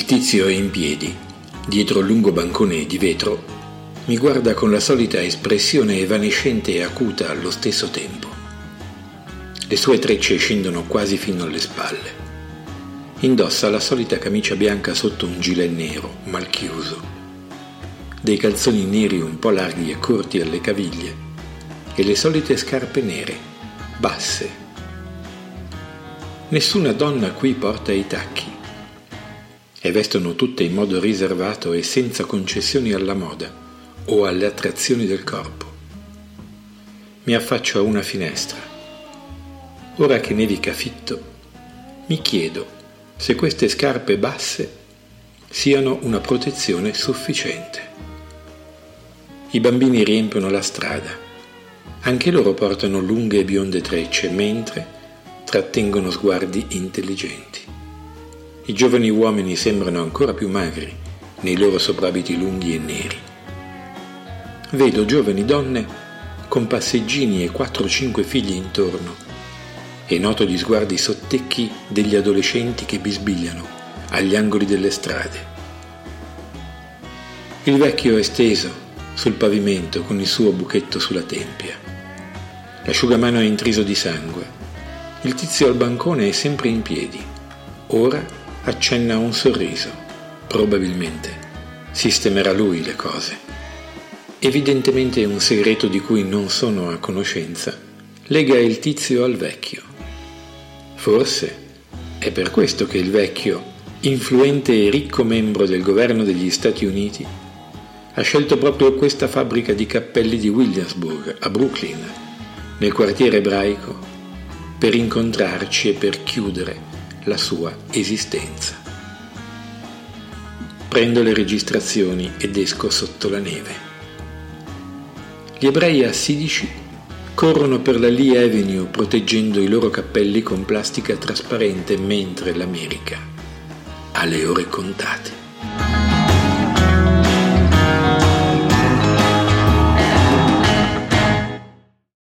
tizio è in piedi, dietro il lungo bancone di vetro, mi guarda con la solita espressione evanescente e acuta allo stesso tempo. Le sue trecce scendono quasi fino alle spalle. Indossa la solita camicia bianca sotto un gilet nero, mal chiuso, dei calzoni neri un po' larghi e corti alle caviglie e le solite scarpe nere, basse. Nessuna donna qui porta i tacchi e vestono tutte in modo riservato e senza concessioni alla moda o alle attrazioni del corpo. Mi affaccio a una finestra. Ora che nevica fitto, mi chiedo se queste scarpe basse siano una protezione sufficiente. I bambini riempiono la strada. Anche loro portano lunghe e bionde trecce, mentre trattengono sguardi intelligenti. I giovani uomini sembrano ancora più magri nei loro soprabiti lunghi e neri. Vedo giovani donne con passeggini e 4-5 figli intorno e noto gli sguardi sottecchi degli adolescenti che bisbigliano agli angoli delle strade. Il vecchio è steso sul pavimento con il suo buchetto sulla tempia. L'asciugamano è intriso di sangue. Il tizio al bancone è sempre in piedi. Ora accenna un sorriso. Probabilmente sistemerà lui le cose. Evidentemente un segreto di cui non sono a conoscenza lega il tizio al vecchio. Forse è per questo che il vecchio, influente e ricco membro del governo degli Stati Uniti, ha scelto proprio questa fabbrica di cappelli di Williamsburg, a Brooklyn, nel quartiere ebraico, per incontrarci e per chiudere la sua esistenza. Prendo le registrazioni ed esco sotto la neve. Gli ebrei assidici corrono per la Lee Avenue proteggendo i loro cappelli con plastica trasparente mentre l'America ha le ore contate.